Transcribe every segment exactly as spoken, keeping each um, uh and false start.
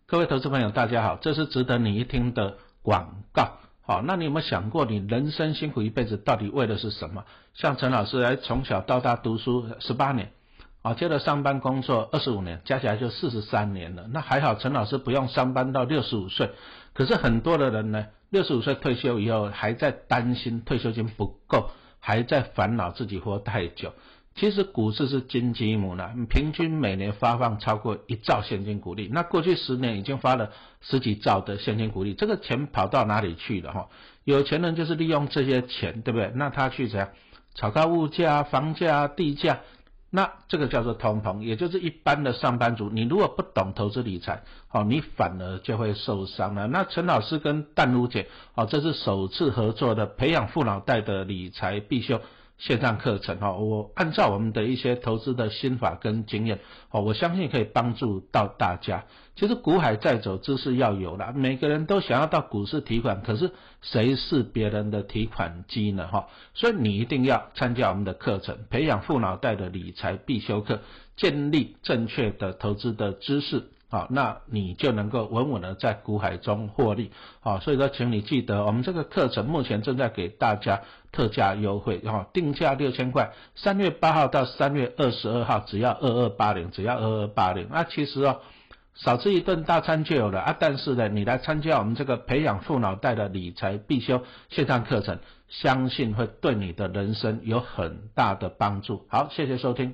各位投资朋友大家好，这是值得你一听的广告。好，那你有没有想过你人生辛苦一辈子到底为的是什么？像陈老师来从小到大读书十八年，啊，接着上班工作二十五年，加起来就四十三年了。那还好陈老师不用上班到六十五岁，可是很多的人呢，六十五岁退休以后还在担心退休金不够，还在烦恼自己活太久。其实股市是金鸡母呢，平均每年发放超过一兆现金股利，那过去十年已经发了十几兆的现金股利，这个钱跑到哪里去了哈？有钱人就是利用这些钱，对不对？那他去怎样炒高物价、房价、地价，那这个叫做通膨，也就是一般的上班族，你如果不懂投资理财，好，你反而就会受伤了。那陈老师跟淡如姐，好，这是首次合作的培养富脑袋的理财必修线上课程，我按照我们的一些投资的心法跟经验，我相信可以帮助到大家。其实股海在走，知识要有啦，每个人都想要到股市提款，可是谁是别人的提款机呢？所以你一定要参加我们的课程，培养富脑袋的理财必修课，建立正确的投资的知识，好，那你就能够稳稳的在股海中获利。好，所以说请你记得，我们这个课程目前正在给大家特价优惠，定价六千块，三月八号到三月二十二号只要二二八零，只要二二八零。那其实哦，少吃一顿大餐就有了啊，但是呢，你来参加我们这个培养富脑袋的理财必修线上课程，相信会对你的人生有很大的帮助。好，谢谢收听。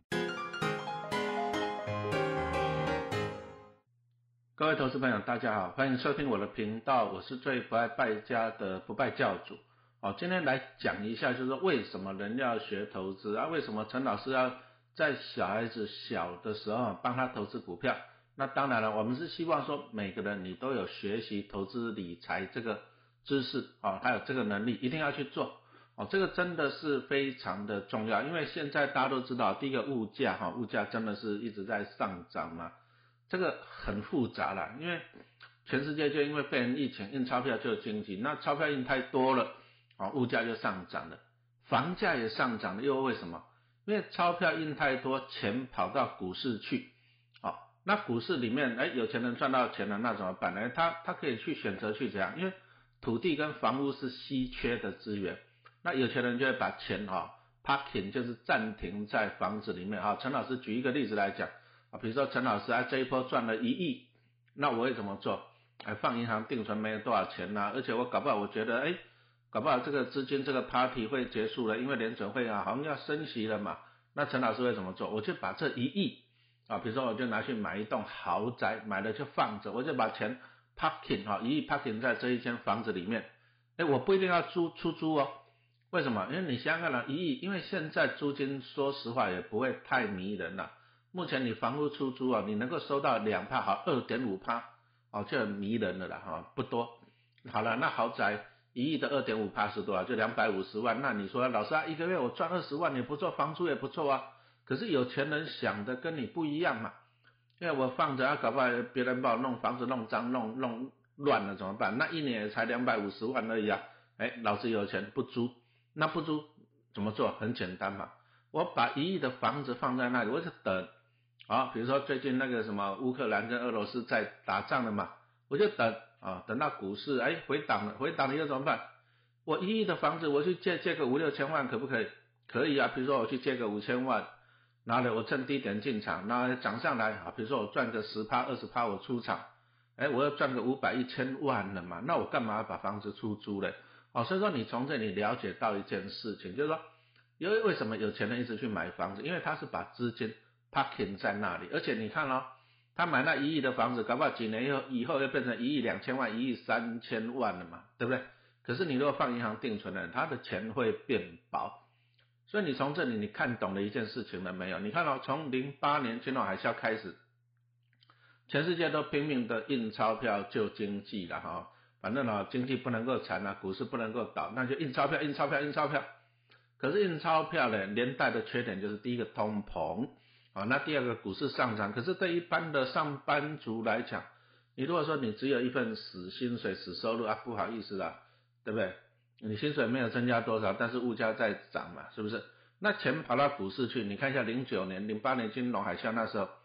各位投资朋友大家好，欢迎收听我的频道，我是最不爱败家的不败教主。好，今天来讲一下，就是说为什么人要学投资啊？为什么陈老师要在小孩子小的时候帮他投资股票？那当然了，我们是希望说每个人你都有学习投资理财这个知识啊，还有这个能力，一定要去做。哦，这个真的是非常的重要，因为现在大家都知道，第一个物价哈，物价真的是一直在上涨嘛。这个很复杂啦，因为全世界就因为被人疫情印钞票就有经济，那钞票印太多了，啊，物价就上涨了，房价也上涨了，又为什么？因为钞票印太多，钱跑到股市去，啊，那股市里面，哎，有钱人赚到钱了，那怎么办呢？他他可以去选择去怎样？因为土地跟房屋是稀缺的资源，那有钱人就会把钱哈 parking 就是暂停在房子里面啊。陈老师举一个例子来讲。比如说陈老师啊，这一波赚了一亿，那我会怎么做？哎，放银行定存没有多少钱啊，而且我搞不好我觉得，哎，搞不好这个资金这个 party 会结束了，因为联准会啊好像要升息了嘛。那陈老师会怎么做？我就把这一亿啊，比如说我就拿去买一栋豪宅，买了就放着，我就把钱 parking 啊，一亿 parking 在这一间房子里面。哎，我不一定要租出租哦。为什么？因为你想想看，一亿，因为现在租金说实话也不会太迷人了。目前你房屋出租啊，你能够收到 百分之二 好 二点五 哦，就很迷人了啦哈，不多。好了，那豪宅一亿的 二点五 是多少？就两百五十万。那你说老师啊，一个月我赚二十万也不错，房租也不错啊。可是有钱人想的跟你不一样嘛，因为我放着啊，搞不好别人把我弄房子弄脏弄弄乱了怎么办？那一年也才两百五十万而已啊。哎，老子有钱不租，那不租怎么做？很简单嘛，我把一亿的房子放在那里，我就等。好，比如说最近那个什么乌克兰跟俄罗斯在打仗了嘛，我就等啊，等到股市哎回档了，回档了又怎么办？我一亿的房子我去借借个五六千万可不可以？可以啊，比如说我去借个五千万，然后呢我趁低点进场，然后涨上来啊，比如说我赚个 百分之十 百分之二十 我出场，哎我要赚个五百一千万了嘛，那我干嘛要把房子出租嘞？哦，所以说你从这里了解到一件事情，就是说因为为什么有钱人一直去买房子？因为他是把资金parking 在那里，而且你看哦，他买那一亿的房子，搞不好几年以后以后又变成一亿两千万、一亿三千万了嘛，对不对？可是你如果放银行定存了，他的钱会变薄。所以你从这里你看懂了一件事情了没有？你看哦，从零八年金融海啸开始，全世界都拼命的印钞票救经济了哈，反正哦经济不能够惨啊，股市不能够倒，那就印钞票、印钞票、印钞票。可是印钞票呢，连带的缺点就是第一个通膨。啊，那第二个股市上涨，可是对一般的上班族来讲，你如果说你只有一份死薪水、死收入啊，不好意思啦，对不对？你薪水没有增加多少，但是物价在涨嘛，是不是？那钱跑到股市去，你看一下零九年、零八年金融海啸那时候，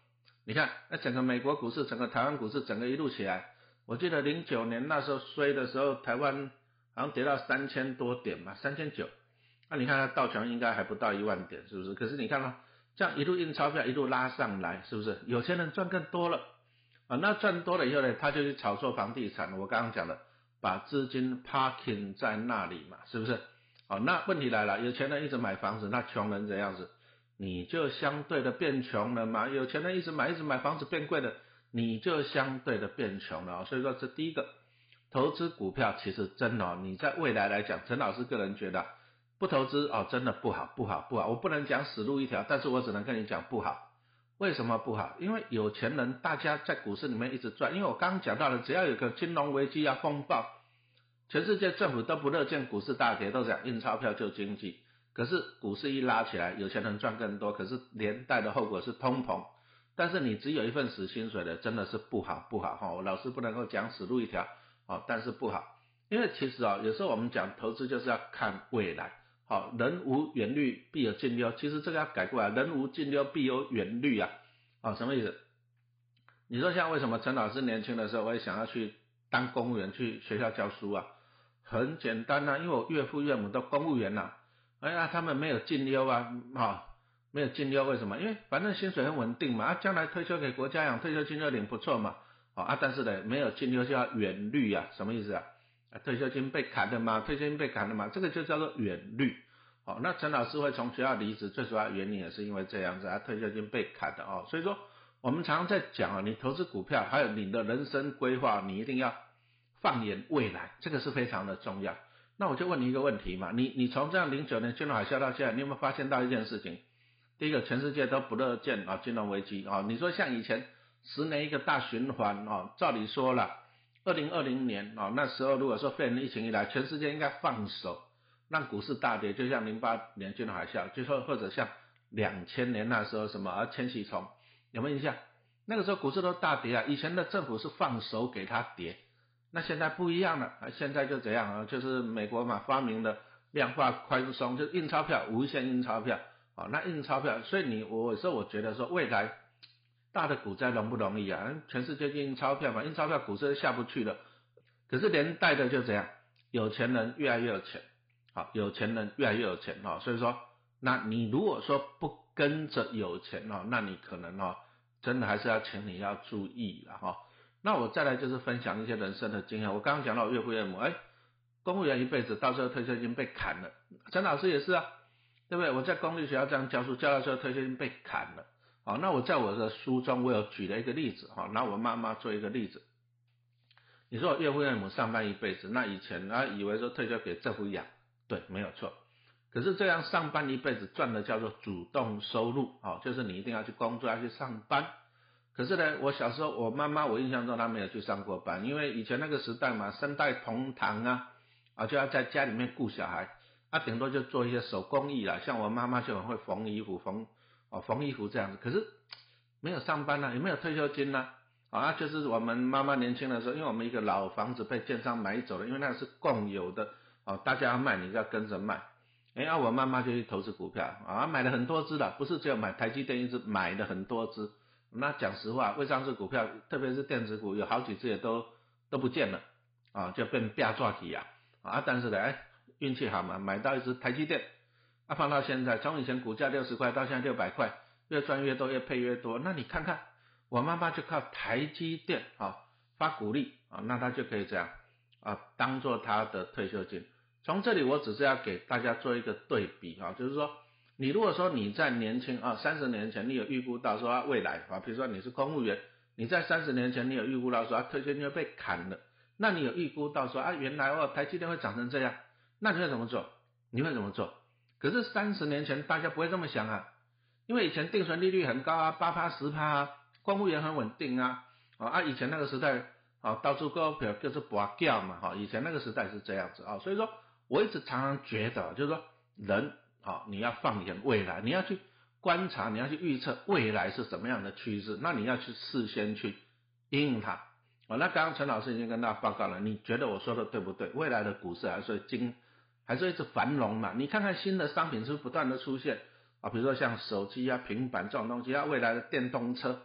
你看，那整个美国股市、整个台湾股市、整个一路起来，我记得零九年那时候衰的时候，台湾好像跌到三千多点嘛，三千九。那你看它道琼应该还不到一万点，是不是？可是你看到这样一路印钞票，一路拉上来，是不是？有钱人赚更多了啊？那赚多了以后呢，他就去炒作房地产。我刚刚讲的，把资金 parking 在那里嘛，是不是？好，那问题来了，有钱人一直买房子，那穷人怎样子？你就相对的变穷了嘛。有钱人一直买一直买房子变贵了，你就相对的变穷了。所以说这第一个，投资股票其实真的、哦、你在未来来讲，陈老师个人觉得不投资哦真的不好不好不好。我不能讲死路一条，但是我只能跟你讲不好。为什么不好？因为有钱人大家在股市里面一直赚，因为我刚刚讲到了，只要有个金融危机要风暴，全世界政府都不乐见股市大跌，都讲印钞票救经济。可是股市一拉起来，有钱人赚更多，可是连带的后果是通膨。但是你只有一份死薪水的，真的是不好不好哈。我老师不能够讲死路一条哦，但是不好，因为其实啊、哦，有时候我们讲投资就是要看未来。好，人无远虑，必有近忧。其实这个要改过来，人无近忧，必有远虑啊。哦，什么意思？你说像为什么陈老师年轻的时候，我也想要去当公务员，去学校教书啊？很简单啊，因为我岳父岳母都公务员啊。哎呀，他们没有近忧啊，哈、哦，没有近忧，为什么？因为反正薪水很稳定嘛，啊，将来退休给国家养，退休金就领不错嘛，哦、啊，但是呢，没有近忧就要远虑啊，什么意思啊？啊，退休金被砍了嘛，退休金被砍了嘛，这个就叫做远虑。哦，那陈老师会从学校离职，最主要原因也是因为这样子啊，退休金被砍的哦，所以说我们常常在讲啊，你投资股票，还有你的人生规划，你一定要放眼未来，这个是非常的重要。那我就问你一个问题嘛，你你从这样零九年金融海啸到现在，你有没有发现到一件事情？第一个，全世界都不乐见啊金融危机啊，你说像以前十年一个大循环啊，照理说了，二零二零年啊那时候如果说肺炎疫情一来，全世界应该放手，让股市大跌，就像零八年金融海啸，就说或者像两千年那时候什么啊千禧虫，有没有印象？那个时候股市都大跌啊，以前的政府是放手给它跌。那现在不一样了，现在就怎样啊？就是美国嘛发明的量化宽松，就印钞票，无限印钞票啊。那印钞票，所以你我说我觉得说未来大的股灾容不容易啊？全世界印钞票嘛，印钞票股市下不去了。可是连带的就怎样，有钱人越来越有钱，好，有钱人越来越有钱哦。所以说，那你如果说不跟着有钱哦，那你可能哦，真的还是要请你要注意了哈。那我再来就是分享一些人生的经验。我刚刚讲到我岳父岳母，哎，公务员一辈子，到时候退休金被砍了。陈老师也是啊，对不对？我在公立学校这样教书，教到时候退休金被砍了。好，那我在我的书中我有举了一个例子哈，拿我妈妈做一个例子。你说我岳父岳母上班一辈子，那以前啊以为说退休给政府养，对，没有错。可是这样上班一辈子赚的叫做主动收入，哦，就是你一定要去工作，要去上班。可是呢，我小时候我妈妈我印象中她没有去上过班，因为以前那个时代嘛，三代同堂啊，啊就要在家里面顾小孩，啊顶多就做一些手工艺啦，像我妈妈就很会缝衣服，缝哦缝衣服这样子，可是没有上班啊，也没有退休金啊，啊就是我们妈妈年轻的时候，因为我们一个老房子被建商买走了，因为那是共有的，哦大家要卖你就要跟着卖，哎啊我妈妈就去投资股票啊，买了很多只的，不是只有买台积电一只，买了很多只。那讲实话，未上市股票，特别是电子股，有好几只也都都不见了啊，就变变抓体啊啊！但是呢，哎，运气好嘛，买到一只台积电，啊，放到现在，从以前股价六十块到现在六百块，越赚越多，越配越多。那你看看，我妈妈就靠台积电啊发股利啊，那她就可以这样啊，当做她的退休金。从这里我只是要给大家做一个对比啊，就是说。你如果说你在年轻啊，三十年前你有预估到说、啊、未来啊，比如说你是公务员，你在三十年前你有预估到说啊退休金会被砍了，那你有预估到说啊原来哦台积电会涨成这样，那你会怎么做？你会怎么做？可是三十年前大家不会这么想啊，因为以前定存利率很高啊，八趴十趴啊，公务员很稳定啊，啊以前那个时代啊到处股票就是拔掉嘛，哈，以前那个时代是这样子啊，所以说我一直常常觉得就是说人。好，你要放眼未来，你要去观察，你要去预测未来是什么样的趋势，那你要去事先去因应它。哦，那刚刚陈老师已经跟大家报告了，你觉得我说的对不对？未来的股市还是经还是一直繁荣嘛？你看看新的商品是不是不断的出现啊？比如说像手机啊、平板这种东西啊，未来的电动车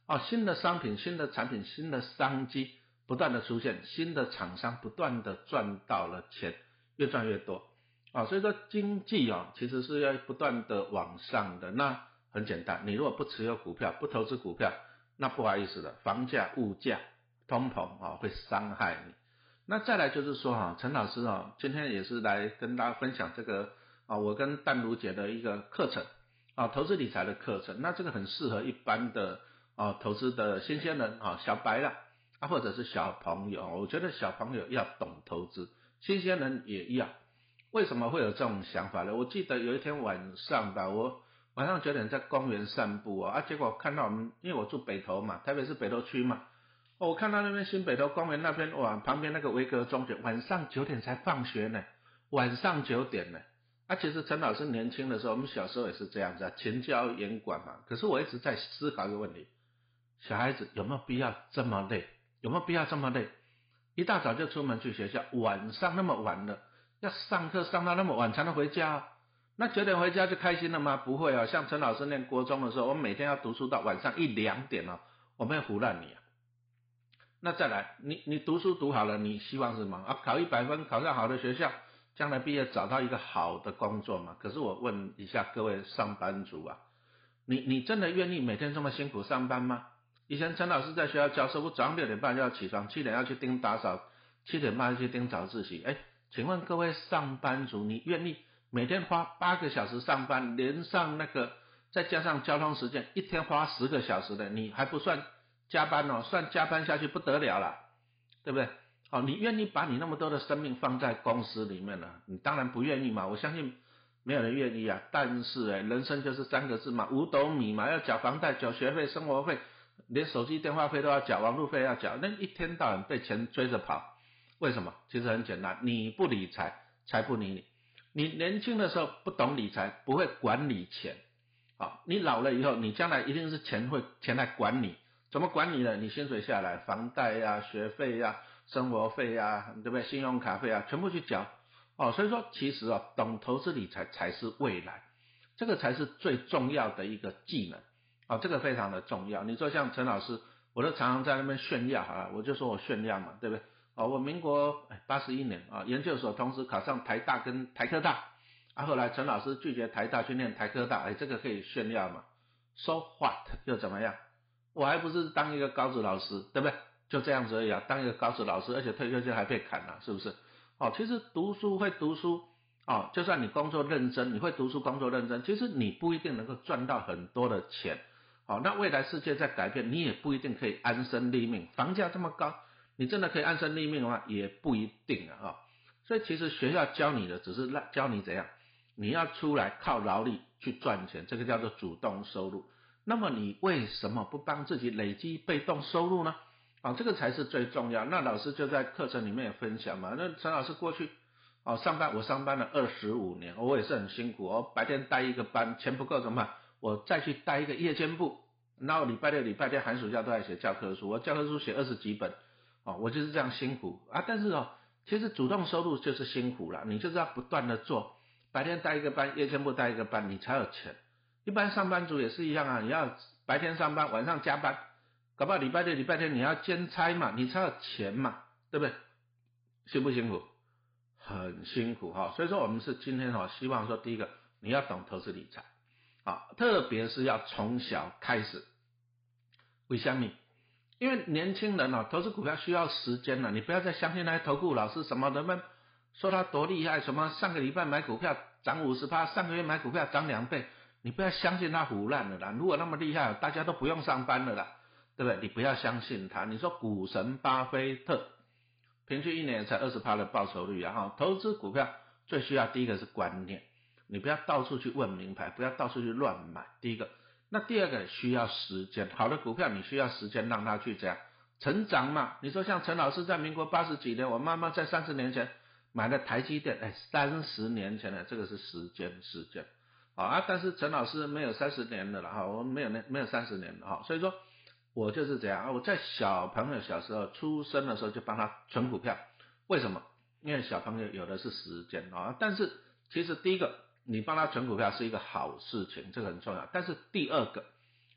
哦，新的商品、新的产品、新的商机不断的出现，新的厂商不断的赚到了钱，越赚越多。啊，所以说经济啊，其实是要不断的往上的。那很简单，你如果不持有股票，不投资股票，那不好意思的，房价、物价、通膨啊，会伤害你。那再来就是说哈，陈老师啊，今天也是来跟大家分享这个啊，我跟淡如姐的一个课程啊，投资理财的课程。那这个很适合一般的啊投资的新鲜人啊，小白啦啊，或者是小朋友。我觉得小朋友要懂投资，新鲜人也要。为什么会有这种想法呢？我记得有一天晚上吧，我晚上九点在公园散步啊，啊结果看到我们，因为我住北投嘛，台北市北投区嘛，哦，我看到那边新北投公园那边，哇，旁边那个维格中学晚上九点才放学呢，晚上九点呢。啊，其实陈老师年轻的时候，我们小时候也是这样子啊，勤教严管嘛。可是我一直在思考一个问题，小孩子有没有必要这么累？有没有必要这么累？一大早就出门去学校，晚上那么晚了，要上课上到那么晚才能回家啊，那九点回家就开心了吗？不会啊，像陈老师念国中的时候，我们每天要读书到晚上一两点哦，我们要胡乱你啊。那再来，你你读书读好了，你希望是什么啊？考一百分，考上好的学校，将来毕业找到一个好的工作嘛。可是我问一下各位上班族啊，你你真的愿意每天这么辛苦上班吗？以前陈老师在学校教书，我早上六点半就要起床，七点要去盯打扫，七点半要去盯早自习。哎，请问各位上班族，你愿意每天花八个小时上班，连上那个再加上交通时间，一天花十个小时的，你还不算加班哦，算加班下去不得了了，对不对？哦，你愿意把你那么多的生命放在公司里面呢？你当然不愿意嘛，我相信没有人愿意啊。但是哎，人生就是三个字嘛，五斗米嘛，要缴房贷、缴学费、生活费，连手机电话费都要缴，网路费要缴，那一天到晚被钱追着跑，为什么？其实很简单，你不理财，财不理你。你年轻的时候不懂理财，不会管理钱，好，你老了以后，你将来一定是钱会钱来管你。怎么管理呢？你薪水下来，房贷呀、啊、学费呀、啊、生活费呀、啊，对不对？信用卡费啊，全部去缴。哦，所以说其实啊，懂投资理财才是未来，这个才是最重要的一个技能。哦，这个非常的重要。你说像陈老师，我都常常在那边炫耀啊，我就说我炫耀嘛，对不对？哦，我民国八十一年啊，研究所同时考上台大跟台科大。啊，后来陈老师拒绝台大去念台科大，哎，这个可以炫耀嘛 ？So what 又怎么样？我还不是当一个高职老师，对不对？就这样子而已啊，当一个高职老师，而且退休金还被砍了，是不是？哦，其实读书会读书，哦，就算你工作认真，你会读书工作认真，其实你不一定能够赚到很多的钱。好，那未来世界在改变，你也不一定可以安身立命。房价这么高，你真的可以安身立命吗？也不一定啊。哦，所以其实学校教你的只是让教你怎样，你要出来靠劳力去赚钱，这个叫做主动收入。那么你为什么不帮自己累积被动收入呢？啊，这个才是最重要。那老师就在课程里面也分享嘛。那陈老师过去哦上班，我上班了二十五年，我也是很辛苦哦。白天带一个班，钱不够怎么办？我再去带一个夜间部，然后礼拜六、礼拜天、寒暑假都在写教科书，我教科书写二十几本，哦，我就是这样辛苦啊。但是哦，其实主动收入就是辛苦了，你就是要不断的做，白天带一个班，夜间部带一个班，你才有钱。一般上班族也是一样啊，你要白天上班，晚上加班，搞不好礼拜六、礼拜天你要兼差嘛，你才有钱嘛，对不对？辛不辛苦？很辛苦哈，所以说我们是今天哈，希望说第一个你要懂投资理财，啊，特别是要从小开始。为什么？因为年轻人哦，投资股票需要时间了，你不要再相信那些投顾老师什么人们说他多厉害，什么上个礼拜买股票涨 百分之五十， 上个月买股票涨两倍。你不要相信他胡乱的啦，如果那么厉害，大家都不用上班了啦，对不对？你不要相信他。你说股神巴菲特平均一年才 百分之二十 的报酬率啊，投资股票最需要第一个是观念，你不要到处去问名牌，不要到处去乱买，第一个。那第二个需要时间，好的股票你需要时间让它去这样成长嘛。你说像陈老师在民国八十几年，我妈妈在三十年前买了台积电，哎，三十年前的这个是时间时间。好啊，但是陈老师没有三十年了啦，哈，我没有那没有三十年了哈，所以说我就是这样，我在小朋友小时候出生的时候就帮他存股票，为什么？因为小朋友有的是时间啊，但是其实第一个你帮他存股票是一个好事情，这个很重要，但是第二个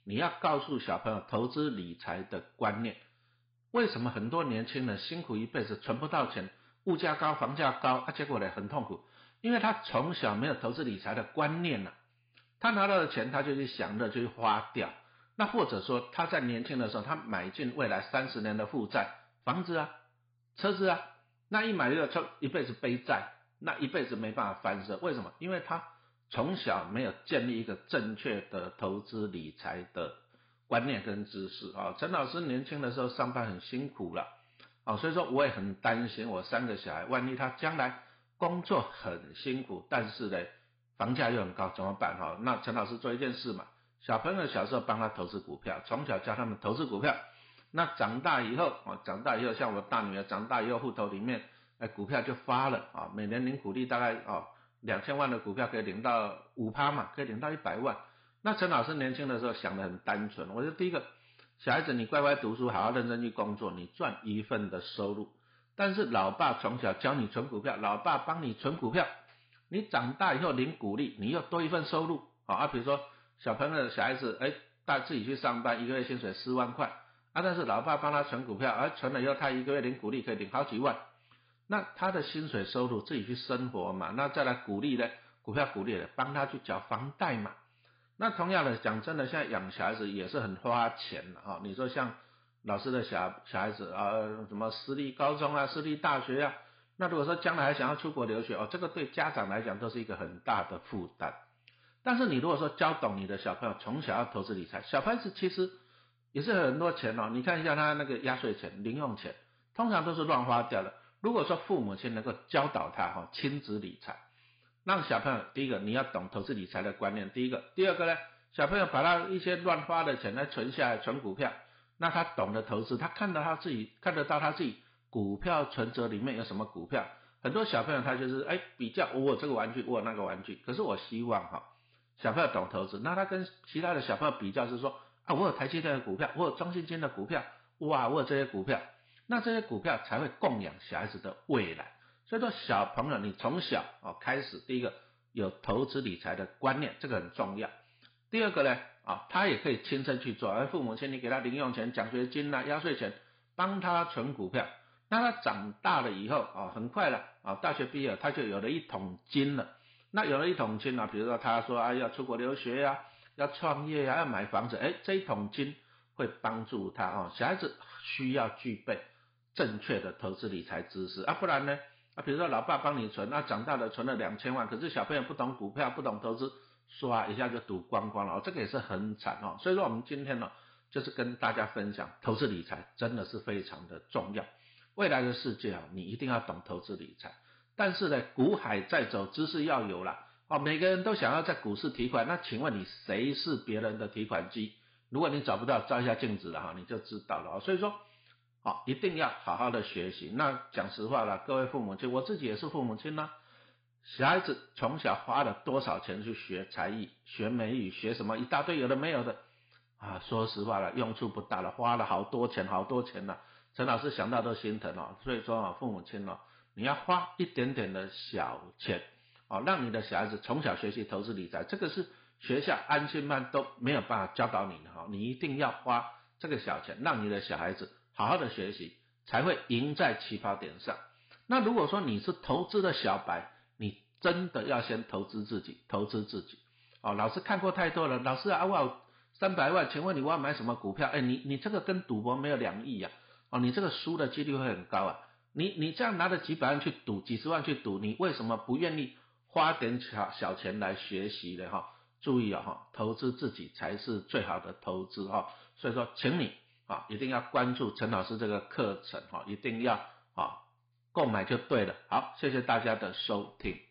你要告诉小朋友投资理财的观念。为什么很多年轻人辛苦一辈子存不到钱，物价高房价高啊，结果呢很痛苦？因为他从小没有投资理财的观念啊，他拿到的钱他就去享乐就去花掉，那或者说他在年轻的时候他买进未来三十年的负债，房子啊车子啊，那一买就一辈子背债，那一辈子没办法翻身。为什么？因为他从小没有建立一个正确的投资理财的观念跟知识啊。陈老师年轻的时候上班很辛苦了啊，所以说我也很担心我三个小孩，万一他将来工作很辛苦，但是呢房价又很高怎么办哈？那陈老师做一件事嘛，小朋友小时候帮他投资股票，从小教他们投资股票，那长大以后啊，长大以后像我大女儿长大以后户头里面哎股票就发了啊，每年领股利大概啊两千万的股票可以领到 百分之五 嘛，可以领到一百万。那陈老师年轻的时候想得很单纯，我说第一个小孩子你乖乖读书，好好认真去工作，你赚一份的收入，但是老爸从小教你存股票，老爸帮你存股票，你长大以后领股利，你又多一份收入啊。比如说小朋友小孩子哎，他自己去上班，一个月薪水四万块啊，但是老爸帮他存股票，而、啊、存了以后他一个月领股利可以领好几万，那他的薪水收入自己去生活嘛，那再来股利呢，股票股利呢帮他去缴房贷嘛。那同样的讲真的，现在养小孩子也是很花钱的啊。你说像老师的小小孩子啊，什么私立高中啊，私立大学啊，那如果说将来还想要出国留学哦，这个对家长来讲都是一个很大的负担。但是你如果说教懂你的小朋友从小要投资理财，小孩子其实也是很多钱哦，你看一下他那个压岁钱、零用钱，通常都是乱花掉的。如果说父母亲能够教导他哈亲子理财，让小朋友第一个你要懂投资理财的观念，第一个，第二个呢，小朋友把他一些乱花的钱来存下来，存股票，那他懂得投资，他看到他自己看得到他自己股票存折里面有什么股票。很多小朋友他就是哎比较，我有这个玩具，我有那个玩具，可是我希望哈小朋友懂投资，那他跟其他的小朋友比较是说啊，我有台积电的股票，我有中信金的股票，哇，我有这些股票，那这些股票才会供养小孩子的未来。所以说小朋友你从小哦开始，第一个有投资理财的观念，这个很重要。第二个呢啊，他也可以亲身去做，而父母亲你给他零用钱、奖学金啊、压岁钱，帮他存股票。那他长大了以后啊，很快了啊，大学毕业他就有了一桶金了。那有了一桶金啊，比如说他说啊要出国留学啊，要创业啊，要买房子，哎，这一桶金会帮助他啊。小孩子需要具备正确的投资理财知识啊，不然呢？啊，比如说老爸帮你存，那长大了存了两千万，可是小朋友不懂股票，不懂投资，刷一下就赌光光了，哦，这个也是很惨哦。所以说我们今天呢，就是跟大家分享，投资理财真的是非常的重要。未来的世界啊，你一定要懂投资理财。但是呢，股海在走，知识要有啦。哦，每个人都想要在股市提款，那请问你谁是别人的提款机？如果你找不到，照一下镜子了哈，你就知道了。所以说。好，一定要好好的学习。那讲实话了，各位父母亲，我自己也是父母亲啦，小孩子从小花了多少钱去学才艺、学美语、学什么一大堆有的没有的啊，说实话了，用处不大了，花了好多钱好多钱了，陈老师想到都心疼哦。所以说啊，父母亲哦，你要花一点点的小钱哦，让你的小孩子从小学习投资理财，这个是学校安心班都没有办法教导你的哈，你一定要花这个小钱，让你的小孩子好好的学习，才会赢在起跑点上。那如果说你是投资的小白，你真的要先投资自己，投资自己。哦，老师看过太多了，老师啊，我有三百万，请问你我要买什么股票？哎，你你这个跟赌博没有两异啊，哦，你这个输的几率会很高啊。你你这样拿着几百万去赌，几十万去赌，你为什么不愿意花点小小钱来学习呢？哈，注意啊，哈，投资自己才是最好的投资哈。所以说，请你。啊，一定要关注陈老师这个课程哈，一定要啊购买就对了。好，谢谢大家的收听。